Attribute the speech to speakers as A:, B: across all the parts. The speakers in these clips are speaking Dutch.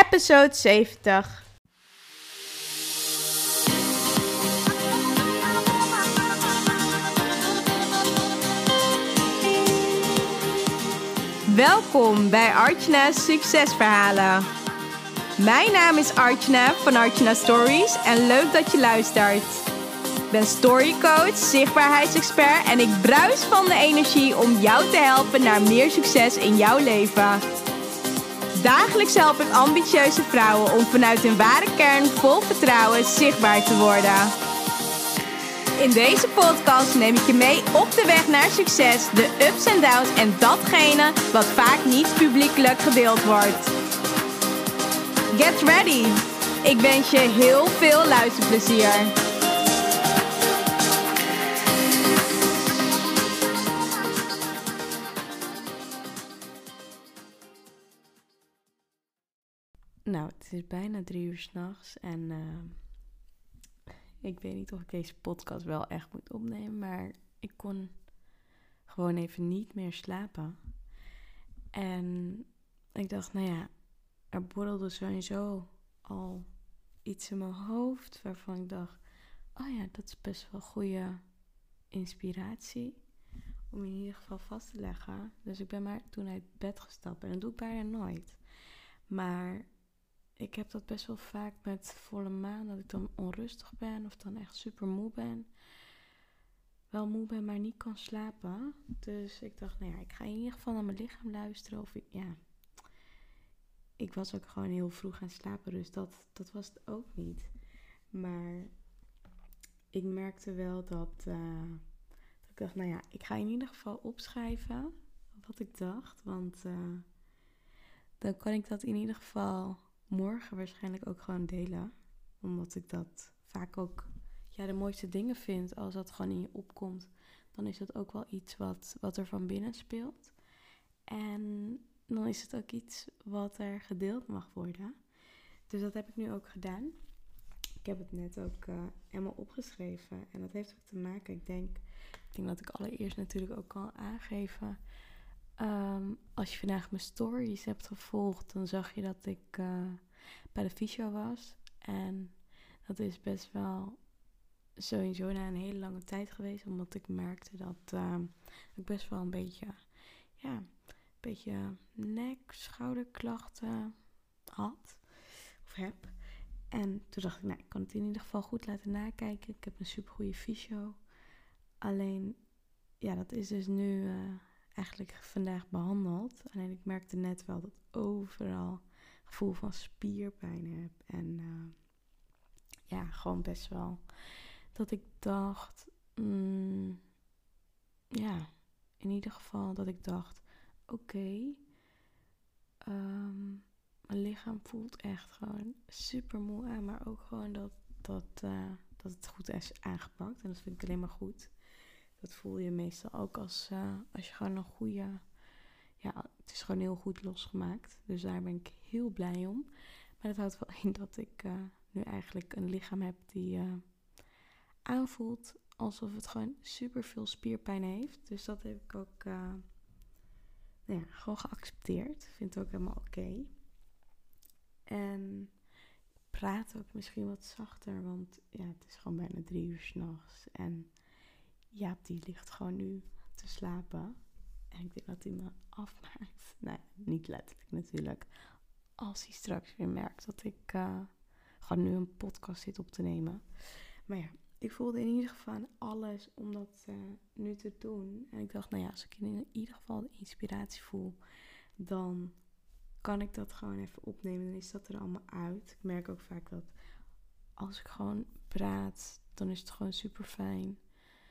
A: episode 70. Welkom bij Archana's Succesverhalen. Mijn naam is Archana van Archana Stories en leuk dat je luistert. Ik ben storycoach, zichtbaarheidsexpert en ik bruis van de energie om jou te helpen naar meer succes in jouw leven. Dagelijks help ik ambitieuze vrouwen om vanuit hun ware kern vol vertrouwen zichtbaar te worden. In deze podcast neem ik je mee op de weg naar succes, de ups en downs en datgene wat vaak niet publiekelijk gedeeld wordt. Get ready! Ik wens je heel veel luisterplezier. Nou, het is bijna 3 uur 's nachts en ik weet niet of ik deze podcast wel echt moet opnemen, maar ik kon gewoon even niet meer slapen. En ik dacht, nou ja, er borrelde sowieso al iets in mijn hoofd waarvan ik dacht, oh ja, dat is best wel goede inspiratie om in ieder geval vast te leggen. Dus ik ben maar toen uit bed gestapt en dat doe ik bijna nooit. Maar ik heb dat best wel vaak met volle maan, dat ik dan onrustig ben of dan echt super moe ben. Wel moe ben, maar niet kan slapen. Dus ik dacht, nou ja, ik ga in ieder geval naar mijn lichaam luisteren. Ik was ook gewoon heel vroeg gaan slapen, dus dat was het ook niet. Maar ik merkte wel dat ik dacht, nou ja, ik ga in ieder geval opschrijven wat ik dacht. Want dan kan ik dat in ieder geval morgen waarschijnlijk ook gewoon delen. Omdat ik dat vaak ook de mooiste dingen vind. Als dat gewoon in je opkomt, dan is dat ook wel iets wat er van binnen speelt. En dan is het ook iets wat er gedeeld mag worden. Dus dat heb ik nu ook gedaan. Ik heb het net ook helemaal opgeschreven. En dat heeft ook te maken, ik denk dat ik allereerst natuurlijk ook kan aangeven. Als je vandaag mijn stories hebt gevolgd, dan zag je dat ik bij de fysio was. En dat is best wel sowieso na een hele lange tijd geweest. Omdat ik merkte dat ik best wel een beetje nek, schouderklachten had. Of heb. En toen dacht ik, nou, ik kan het in ieder geval goed laten nakijken. Ik heb een supergoeie fysio. Alleen, ja, dat is dus nu eigenlijk vandaag behandeld. Alleen ik merkte net wel dat overal gevoel van spierpijn heb. En gewoon best wel dat ik dacht, in ieder geval dat ik dacht, oké, mijn lichaam voelt echt gewoon super moe aan, maar ook gewoon dat het goed is aangepakt. En dat vind ik alleen maar goed. Dat voel je meestal ook als je gewoon een goede, het is gewoon heel goed losgemaakt. Dus daar ben ik heel blij om. Maar dat houdt wel in dat ik nu eigenlijk een lichaam heb die aanvoelt alsof het gewoon super veel spierpijn heeft. Dus dat heb ik ook gewoon geaccepteerd. Ik vind het ook helemaal oké. En ik praat ook misschien wat zachter, want het is gewoon bijna 3 uur 's nachts. En Jaap die ligt gewoon nu te slapen. En ik denk dat hij me afmaakt. Nou, niet letterlijk natuurlijk. Als hij straks weer merkt dat ik gewoon nu een podcast zit op te nemen. Maar ja, ik voelde in ieder geval aan alles om dat nu te doen. En ik dacht, nou ja, als ik in ieder geval de inspiratie voel, dan kan ik dat gewoon even opnemen. Dan is dat er allemaal uit. Ik merk ook vaak dat als ik gewoon praat, dan is het gewoon super fijn.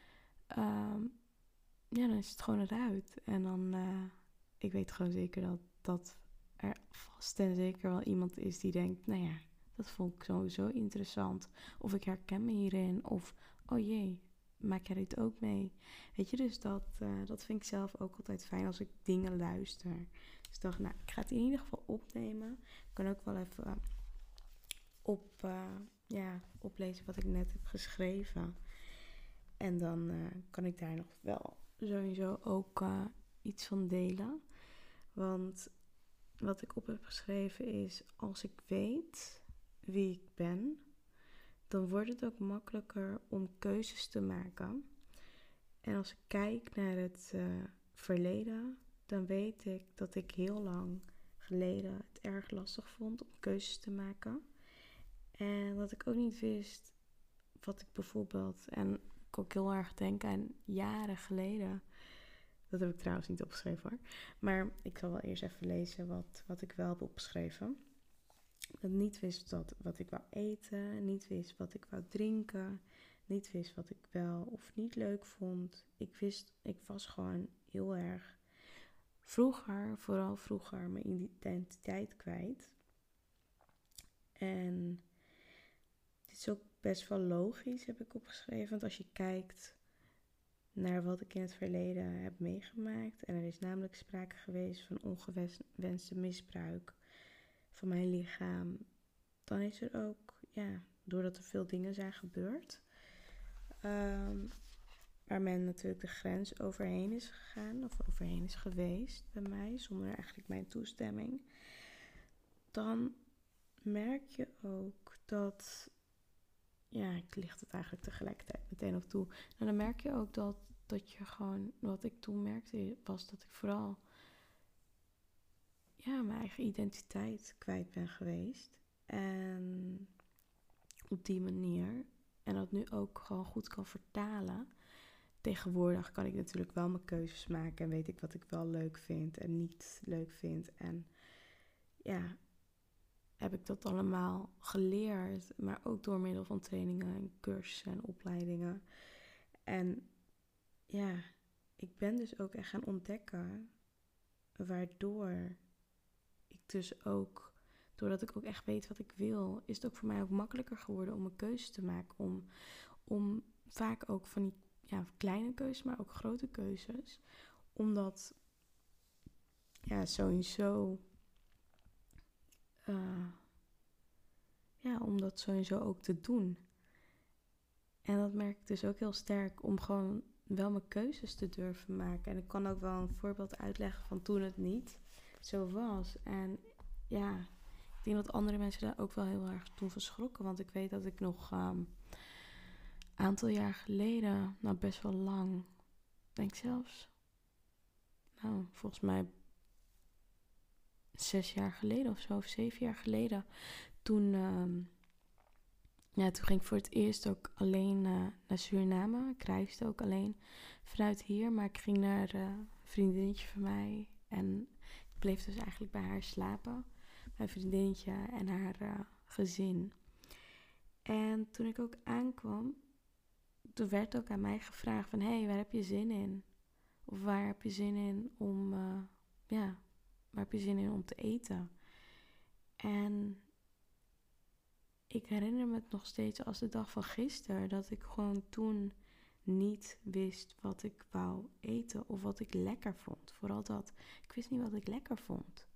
A: Dan is het gewoon eruit. En dan, ik weet gewoon zeker dat er vast en zeker wel iemand is die denkt, nou ja, dat vond ik sowieso interessant. Of ik herken me hierin. Of, oh jee, maak jij dit ook mee? Weet je, dus dat vind ik zelf ook altijd fijn als ik dingen luister. Dus ik dacht, nou, ik ga het in ieder geval opnemen. Ik kan ook wel even oplezen wat ik net heb geschreven. En dan kan ik daar nog wel sowieso ook iets van delen. Want wat ik op heb geschreven is: als ik weet wie ik ben, dan wordt het ook makkelijker om keuzes te maken. En als ik kijk naar het verleden, dan weet ik dat ik heel lang geleden het erg lastig vond om keuzes te maken. En dat ik ook niet wist wat ik bijvoorbeeld, en ik ook heel erg denk aan jaren geleden. Dat heb ik trouwens niet opgeschreven hoor. Maar ik zal wel eerst even lezen wat ik wel heb opgeschreven. Dat ik niet wist wat ik wou eten, niet wist wat ik wou drinken, niet wist wat ik wel of niet leuk vond. Ik was gewoon heel erg vooral vroeger, mijn identiteit kwijt. En dit is ook best wel logisch, heb ik opgeschreven. Want als je kijkt naar wat ik in het verleden heb meegemaakt, en er is namelijk sprake geweest van ongewenste misbruik van mijn lichaam, dan is er ook, doordat er veel dingen zijn gebeurd, waar men natuurlijk de grens overheen is gegaan of overheen is geweest bij mij, zonder eigenlijk mijn toestemming, dan merk je ook dat, ik licht het eigenlijk tegelijkertijd meteen op toe. Nou, dan merk je ook dat je gewoon, wat ik toen merkte, was dat ik vooral mijn eigen identiteit kwijt ben geweest. En op die manier, en dat nu ook gewoon goed kan vertalen. Tegenwoordig kan ik natuurlijk wel mijn keuzes maken en weet ik wat ik wel leuk vind en niet leuk vind. En heb ik dat allemaal geleerd, maar ook door middel van trainingen en cursussen en opleidingen. En ik ben dus ook echt gaan ontdekken, waardoor ik dus ook, doordat ik ook echt weet wat ik wil, is het ook voor mij ook makkelijker geworden om een keuze te maken. Om vaak ook van die kleine keuzes, maar ook grote keuzes. Omdat sowieso om dat sowieso ook te doen. En dat merk ik dus ook heel sterk, om gewoon wel mijn keuzes te durven maken. En ik kan ook wel een voorbeeld uitleggen van toen het niet zo was. En ik denk dat andere mensen daar ook wel heel erg toen van schrokken. Want ik weet dat ik nog een aantal jaar geleden, best wel lang, denk zelfs, volgens mij 6 jaar geleden of zo, of 7 jaar geleden, toen ging ik voor het eerst ook alleen naar Suriname. Ik reisde ook alleen vanuit hier, maar ik ging naar een vriendinnetje van mij. En ik bleef dus eigenlijk bij haar slapen. Mijn vriendinnetje en haar gezin. En toen ik ook aankwam, toen werd ook aan mij gevraagd van, hey, waar heb je zin in? Of waar heb je zin in om, waar heb je zin in om te eten? En ik herinner me het nog steeds als de dag van gisteren, dat ik gewoon toen niet wist wat ik wou eten of wat ik lekker vond. Vooral dat, ik wist niet wat ik lekker vond.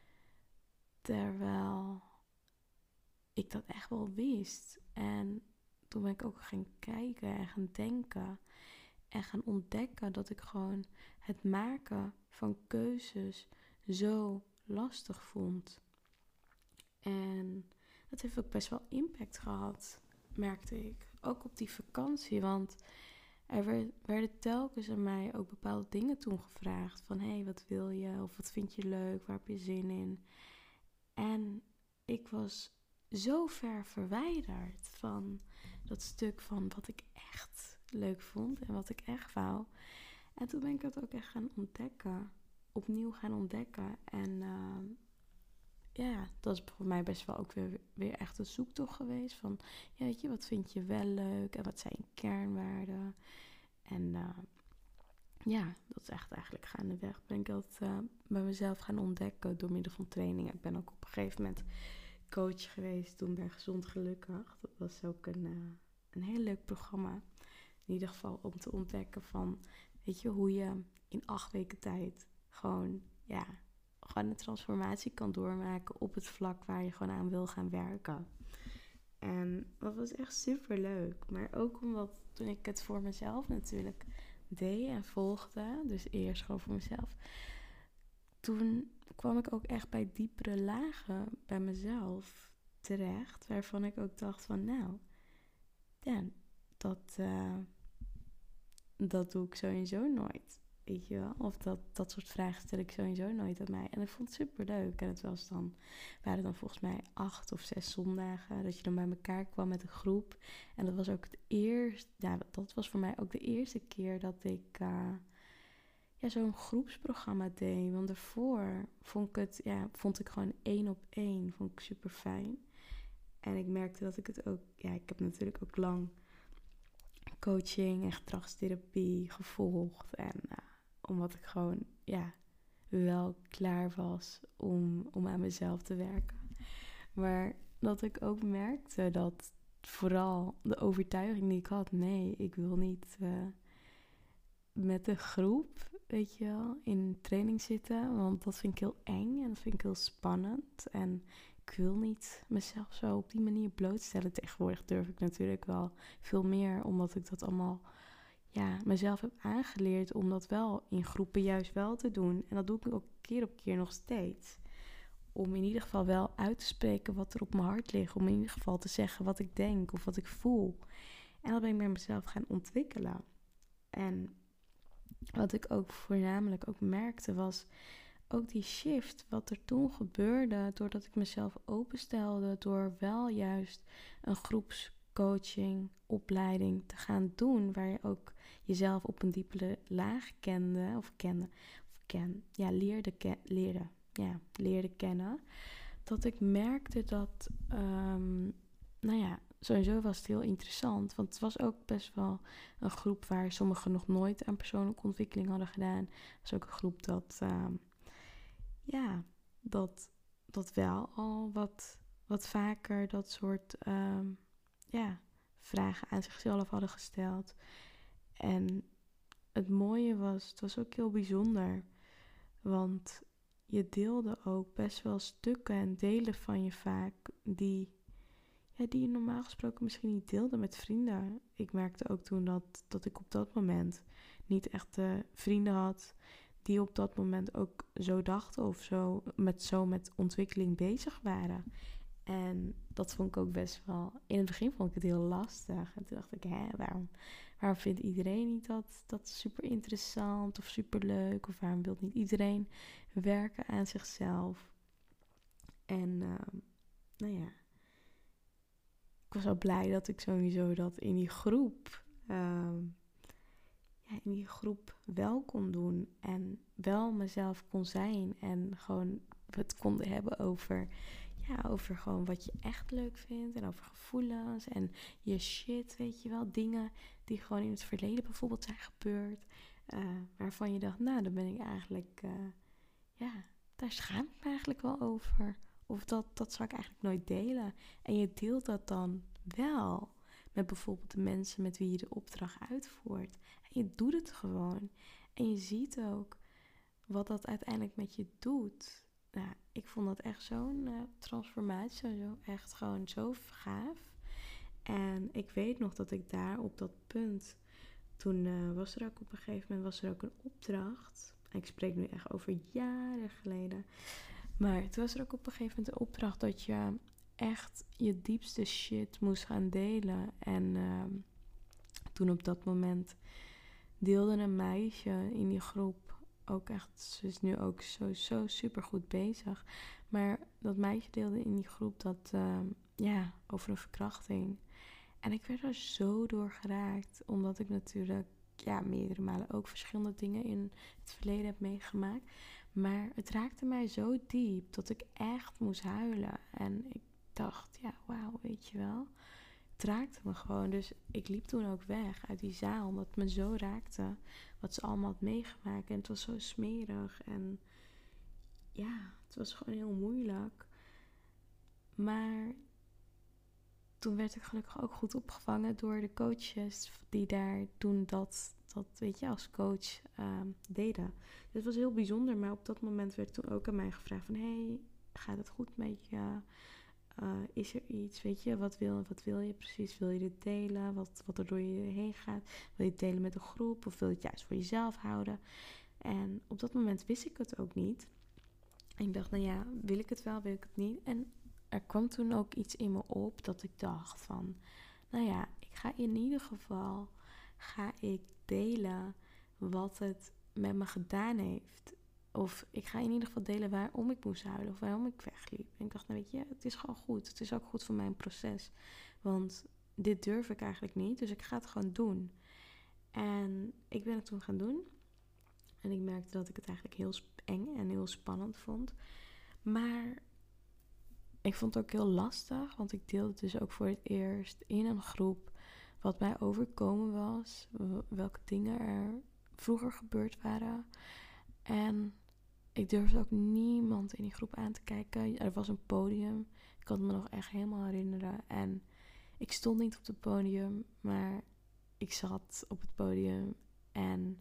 A: Terwijl ik dat echt wel wist. En toen ben ik ook gaan kijken en gaan denken en gaan ontdekken dat ik gewoon het maken van keuzes zo lastig vond. En dat heeft ook best wel impact gehad, merkte ik. Ook op die vakantie, want er werden telkens aan mij ook bepaalde dingen toen gevraagd. Van, hey, wat wil je? Of wat vind je leuk? Waar heb je zin in? En ik was zo ver verwijderd van dat stuk van wat ik echt leuk vond en wat ik echt wou. En toen ben ik het ook echt gaan ontdekken. Opnieuw gaan ontdekken. En dat is voor mij best wel ook weer echt een zoektocht geweest. Van, weet je, wat vind je wel leuk? En wat zijn je kernwaarden? En dat is echt eigenlijk gaandeweg. Ben ik dat bij mezelf gaan ontdekken door middel van trainingen. Ik ben ook op een gegeven moment coach geweest toen bij Gezond Gelukkig. Dat was ook een heel leuk programma. In ieder geval om te ontdekken van, weet je, hoe je in 8 weken tijd gewoon een transformatie kan doormaken op het vlak waar je gewoon aan wil gaan werken. En dat was echt super leuk. Maar ook omdat toen ik het voor mezelf natuurlijk deed en volgde, dus eerst gewoon voor mezelf, toen kwam ik ook echt bij diepere lagen bij mezelf terecht. Waarvan ik ook dacht van nou, ja, dat, dat doe ik sowieso nooit. Weet je wel? Of dat soort vragen stel ik sowieso nooit aan mij. En ik vond het super leuk. En het waren dan volgens mij 8 of 6 zondagen. Dat je dan bij elkaar kwam met een groep. En dat was ook het eerste. Ja, dat was voor mij ook de eerste keer dat ik zo'n groepsprogramma deed. Want daarvoor vond ik gewoon 1-op-1. Vond ik super fijn. En ik merkte dat ik het ook. Ja, ik heb natuurlijk ook lang coaching en gedragstherapie gevolgd. En omdat ik gewoon wel klaar was om aan mezelf te werken. Maar dat ik ook merkte dat vooral de overtuiging die ik had, nee, ik wil niet met een groep, weet je wel, in training zitten. Want dat vind ik heel eng en dat vind ik heel spannend. En ik wil niet mezelf zo op die manier blootstellen. Tegenwoordig durf ik natuurlijk wel veel meer, omdat ik dat allemaal mezelf heb aangeleerd om dat wel in groepen juist wel te doen. En dat doe ik ook keer op keer nog steeds. Om in ieder geval wel uit te spreken wat er op mijn hart ligt. Om in ieder geval te zeggen wat ik denk of wat ik voel. En dat ben ik bij mezelf gaan ontwikkelen. En wat ik ook voornamelijk ook merkte was ook die shift wat er toen gebeurde. Doordat ik mezelf openstelde. Door wel juist een groepscoaching, opleiding te gaan doen. Waar je ook jezelf op een diepere laag leerde kennen. Dat ik merkte dat, sowieso was het heel interessant. Want het was ook best wel een groep waar sommigen nog nooit aan persoonlijke ontwikkeling hadden gedaan. Het was ook een groep dat wel al wat vaker dat soort vragen aan zichzelf hadden gesteld. En het mooie was, het was ook heel bijzonder. Want je deelde ook best wel stukken en delen van je vaak die je normaal gesproken misschien niet deelde met vrienden. Ik merkte ook toen dat ik op dat moment niet echt vrienden had die op dat moment ook zo dachten of met ontwikkeling bezig waren. En dat vond ik ook best wel. In het begin vond ik het heel lastig. En toen dacht ik, waarom vindt iedereen niet dat super interessant of super leuk? Of waarom wil niet iedereen werken aan zichzelf? En ik was wel blij dat ik sowieso dat in die groep wel kon doen. En wel mezelf kon zijn. En gewoon het konden hebben over gewoon wat je echt leuk vindt. En over gevoelens. En je shit, weet je wel. Dingen die gewoon in het verleden bijvoorbeeld zijn gebeurd. Waarvan je dacht, nou, dan ben ik eigenlijk... daar schaam ik me eigenlijk wel over. Of dat zou ik eigenlijk nooit delen. En je deelt dat dan wel met bijvoorbeeld de mensen met wie je de opdracht uitvoert. En je doet het gewoon. En je ziet ook wat dat uiteindelijk met je doet. Nou, ik vond dat echt zo'n transformatie. Echt gewoon zo gaaf. En ik weet nog dat ik daar op dat punt... Toen was er ook op een gegeven moment een opdracht. Ik spreek nu echt over jaren geleden. Maar toen was er ook op een gegeven moment een opdracht dat je echt je diepste shit moest gaan delen. En toen op dat moment deelde een meisje in die groep ook echt... Ze is nu ook zo super goed bezig. Maar dat meisje deelde in die groep dat over een verkrachting. En ik werd er zo door geraakt. Omdat ik natuurlijk meerdere malen ook verschillende dingen in het verleden heb meegemaakt. Maar het raakte mij zo diep dat ik echt moest huilen. En ik dacht, wauw, weet je wel. Het raakte me gewoon. Dus ik liep toen ook weg uit die zaal. Omdat het me zo raakte wat ze allemaal had meegemaakt. En het was zo smerig. En het was gewoon heel moeilijk. Maar toen werd ik gelukkig ook goed opgevangen door de coaches die daar toen dat weet je, als coach deden. Dus het was heel bijzonder, maar op dat moment werd toen ook aan mij gevraagd van... Hey, gaat het goed met je? Is er iets, weet je, wat wil je precies? Wil je dit delen? Wat er door je heen gaat? Wil je het delen met een groep? Of wil je het juist voor jezelf houden? En op dat moment wist ik het ook niet. En ik dacht, nou ja, wil ik het wel, wil ik het niet? En er kwam toen ook iets in me op dat ik dacht van, nou ja, ik ga in ieder geval, ga ik delen wat het met me gedaan heeft. Of ik ga in ieder geval delen waarom ik moest huilen of waarom ik wegliep. En ik dacht, nou weet je, het is gewoon goed. Het is ook goed voor mijn proces. Want dit durf ik eigenlijk niet, dus ik ga het gewoon doen. En ik ben het toen gaan doen. En ik merkte dat ik het eigenlijk heel eng en heel spannend vond. Maar ik vond het ook heel lastig, want ik deelde dus ook voor het eerst in een groep wat mij overkomen was, welke dingen er vroeger gebeurd waren. En ik durfde ook niemand in die groep aan te kijken. Er was een podium, ik kan het me nog echt helemaal herinneren. En ik stond niet op het podium, maar ik zat op het podium en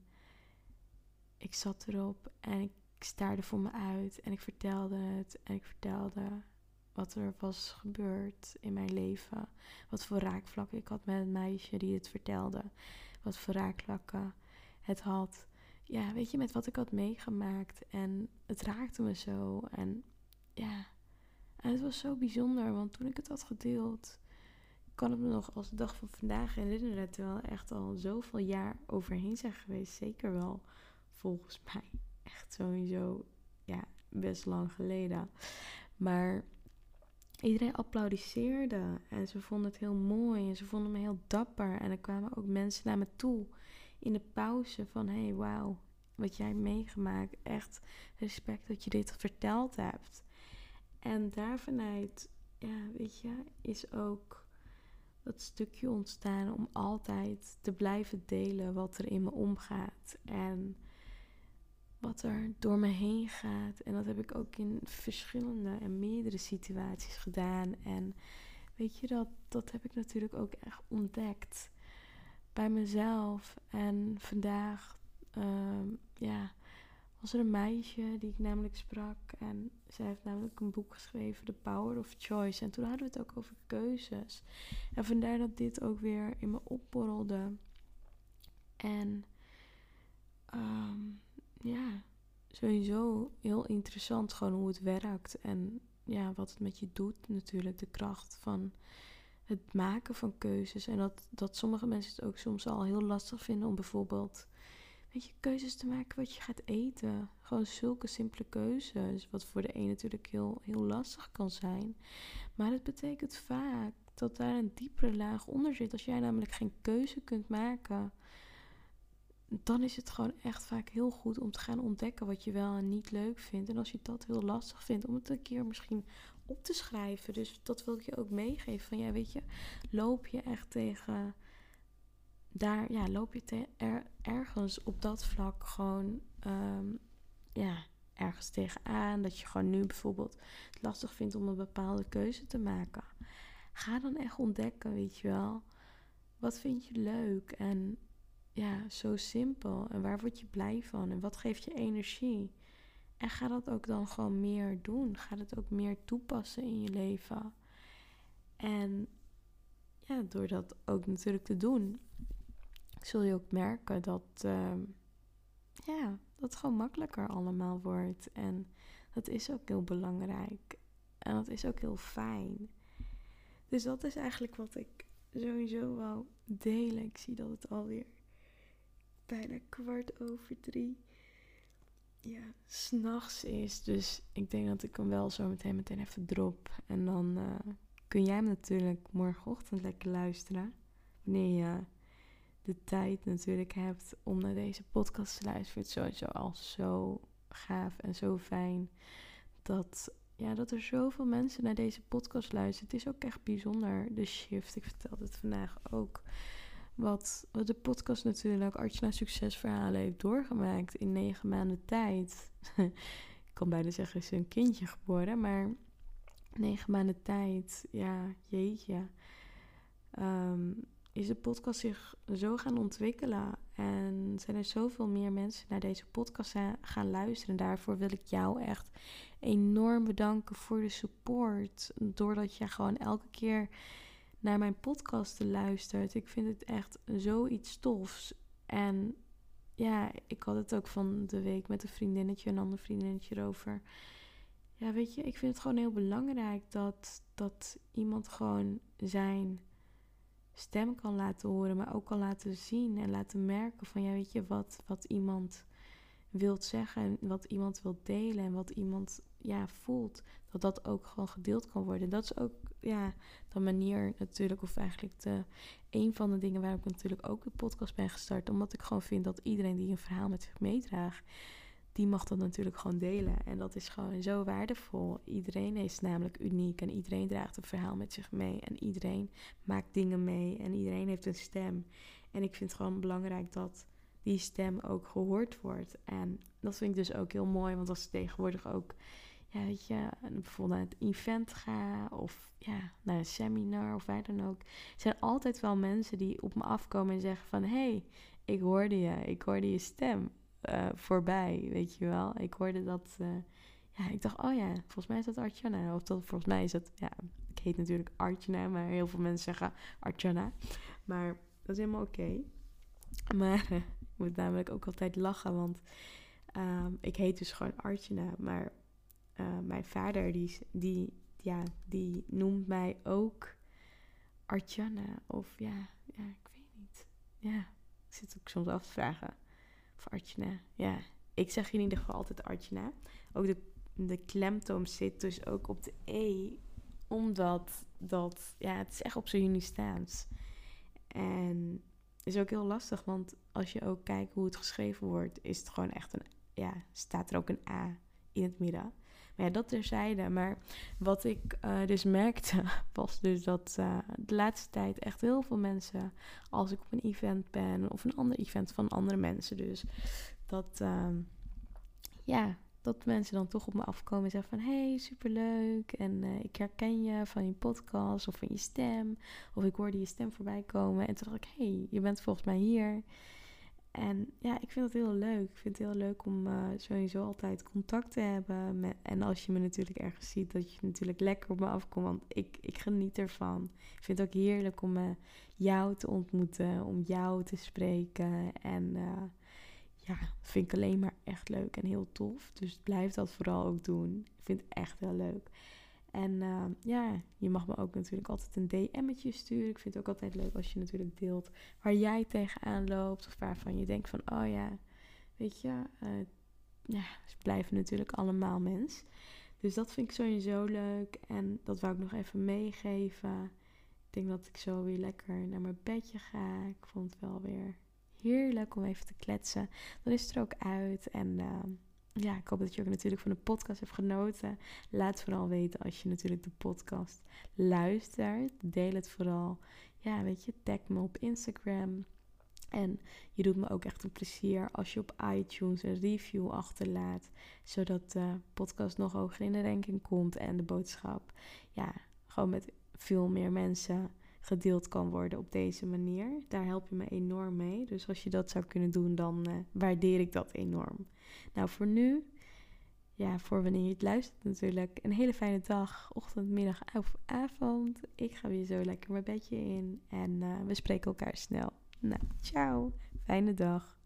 A: ik zat erop en ik staarde voor me uit en ik vertelde het en ik vertelde wat er was gebeurd in mijn leven. Wat voor raakvlakken ik had met het meisje die het vertelde. Wat voor raakvlakken het had. Ja, weet je, met wat ik had meegemaakt. En het raakte me zo. En ja, en het was zo bijzonder. Want toen ik het had gedeeld, kan het me nog als de dag van vandaag herinneren. Terwijl er echt al zoveel jaar overheen zijn geweest. Zeker wel, volgens mij. Echt sowieso, ja, best lang geleden. Maar iedereen applaudisseerde en ze vonden het heel mooi en ze vonden me heel dapper. En er kwamen ook mensen naar me toe in de pauze van, hey, wauw, wat jij hebt meegemaakt. Echt respect dat je dit verteld hebt. En daarvanuit, ja, weet je, is ook dat stukje ontstaan om altijd te blijven delen wat er in me omgaat. En wat er door me heen gaat. En dat heb ik ook in verschillende en meerdere situaties gedaan. En weet je, dat heb ik natuurlijk ook echt ontdekt bij mezelf. En vandaag, was er een meisje die ik namelijk sprak. En zij heeft namelijk een boek geschreven, The Power of Choice. En toen hadden we het ook over keuzes. En vandaar dat dit ook weer in me opborrelde. En ja, sowieso heel interessant gewoon hoe het werkt. En ja, wat het met je doet natuurlijk. De kracht van het maken van keuzes. En dat sommige mensen het ook soms al heel lastig vinden om bijvoorbeeld, weet je, keuzes te maken wat je gaat eten. Gewoon zulke simpele keuzes. Wat voor de een natuurlijk heel, heel lastig kan zijn. Maar het betekent vaak dat daar een diepere laag onder zit. Als jij namelijk geen keuze kunt maken, dan is het gewoon echt vaak heel goed om te gaan ontdekken wat je wel en niet leuk vindt. En als je dat heel lastig vindt, om het een keer misschien op te schrijven. Dus dat wil ik je ook meegeven. Van ja, weet je, loop je echt tegen daar, ja, loop je ergens op dat vlak gewoon, ergens tegenaan. Dat je gewoon nu bijvoorbeeld het lastig vindt om een bepaalde keuze te maken. Ga dan echt ontdekken, weet je wel. Wat vind je leuk? En ja, zo simpel. En waar word je blij van? En wat geeft je energie? En ga dat ook dan gewoon meer doen. Ga dat ook meer toepassen in je leven. En ja, door dat ook natuurlijk te doen, zul je ook merken dat dat het gewoon makkelijker allemaal wordt. En dat is ook heel belangrijk. En dat is ook heel fijn. Dus dat is eigenlijk wat ik sowieso wou delen. Ik zie dat het alweer bijna 3:15 s'nachts is. Dus ik denk dat ik hem wel zo meteen even drop. En dan kun jij hem natuurlijk morgenochtend lekker luisteren. Wanneer je de tijd natuurlijk hebt om naar deze podcast te luisteren. Ik vind het sowieso al zo gaaf en zo fijn dat er zoveel mensen naar deze podcast luisteren. Het is ook echt bijzonder, de shift. Ik vertelde het vandaag ook. Wat de podcast natuurlijk, Artjana Succesverhalen, heeft doorgemaakt in 9 maanden tijd. Ik kan bijna zeggen, is een kindje geboren, maar 9 maanden tijd, ja, jeetje. Is de podcast zich zo gaan ontwikkelen. En zijn er zoveel meer mensen naar deze podcast gaan luisteren. En daarvoor wil ik jou echt enorm bedanken voor de support. Doordat je gewoon elke keer naar mijn podcasten luistert. Ik vind het echt zoiets tofs. En ja, ik had het ook van de week met een ander vriendinnetje erover. ja, weet je, ik vind het gewoon heel belangrijk dat iemand gewoon zijn stem kan laten horen, maar ook kan laten zien en laten merken van, ja, weet je, wat iemand wilt zeggen en wat iemand wilt delen en wat iemand, ja, voelt, dat ook gewoon gedeeld kan worden. Dat is ook, ja, de manier natuurlijk, of eigenlijk een van de dingen waarom ik natuurlijk ook de podcast ben gestart, omdat ik gewoon vind dat iedereen die een verhaal met zich meedraagt, die mag dat natuurlijk gewoon delen. En dat is gewoon zo waardevol. Iedereen is namelijk uniek en iedereen draagt een verhaal met zich mee. En iedereen maakt dingen mee en iedereen heeft een stem. En ik vind het gewoon belangrijk dat die stem ook gehoord wordt. En dat vind ik dus ook heel mooi, want als ik tegenwoordig ook, ja, weet je, bijvoorbeeld naar het event ga of ja, naar een seminar of waar dan ook, zijn altijd wel mensen die op me afkomen en zeggen van, hey, ik hoorde je stem voorbij, weet je wel. Ik hoorde dat, ja, ik dacht, oh ja, volgens mij is dat Artjana. Of dat, volgens mij is dat, ja, ik heet natuurlijk Artjana, maar heel veel mensen zeggen Artjana. Maar dat is helemaal oké. Maar ik moet namelijk ook altijd lachen, want ik heet dus gewoon Artjana. Maar mijn vader, die noemt mij ook Artjana. Of ja, ik weet niet. Ja, ik zit ook soms af te vragen. Of Artjana, ja. Ik zeg in ieder geval altijd Artjana. Ook de klemtoon zit dus ook op de E. Omdat ja, het is echt op zijn Unistaans. En is ook heel lastig, want als je ook kijkt hoe het geschreven wordt, is het gewoon echt staat er ook een A in het midden. Maar ja, dat terzijde. Maar wat ik dus merkte, was dus dat de laatste tijd echt heel veel mensen, als ik op een event ben, of een ander event van andere mensen dus, dat mensen dan toch op me afkomen en zeggen van, hey, superleuk. En ik herken je van je podcast of van je stem. Of ik hoorde je stem voorbij komen. En toen dacht ik, hey, je bent volgens mij hier. En ja, ik vind het heel leuk. Ik vind het heel leuk om sowieso altijd contact te hebben. En als je me natuurlijk ergens ziet, dat je natuurlijk lekker op me afkomt. Want ik geniet ervan. Ik vind het ook heerlijk om jou te ontmoeten. Om jou te spreken. En ja, dat vind ik alleen maar echt leuk en heel tof. Dus blijf dat vooral ook doen. Ik vind het echt heel leuk. En je mag me ook natuurlijk altijd een DM'tje sturen. Ik vind het ook altijd leuk als je natuurlijk deelt waar jij tegenaan loopt. Of waarvan je denkt van, oh ja, weet je, ze blijven natuurlijk allemaal mens. Dus dat vind ik sowieso leuk. En dat wou ik nog even meegeven. Ik denk dat ik zo weer lekker naar mijn bedje ga. Ik vond het wel weer heerlijk om even te kletsen. Dan is het er ook uit. En ik hoop dat je ook natuurlijk van de podcast hebt genoten. Laat vooral weten als je natuurlijk de podcast luistert. Deel het vooral. Ja, weet je, tag me op Instagram. En je doet me ook echt een plezier als je op iTunes een review achterlaat. Zodat de podcast nog hoger in de ranking komt. En de boodschap, gewoon met veel meer mensen gedeeld kan worden op deze manier. Daar help je me enorm mee. Dus als je dat zou kunnen doen, dan waardeer ik dat enorm. Nou, voor nu, voor wanneer je het luistert natuurlijk, een hele fijne dag, ochtend, middag of avond. Ik ga weer zo lekker mijn bedje in en we spreken elkaar snel. Nou, ciao. Fijne dag.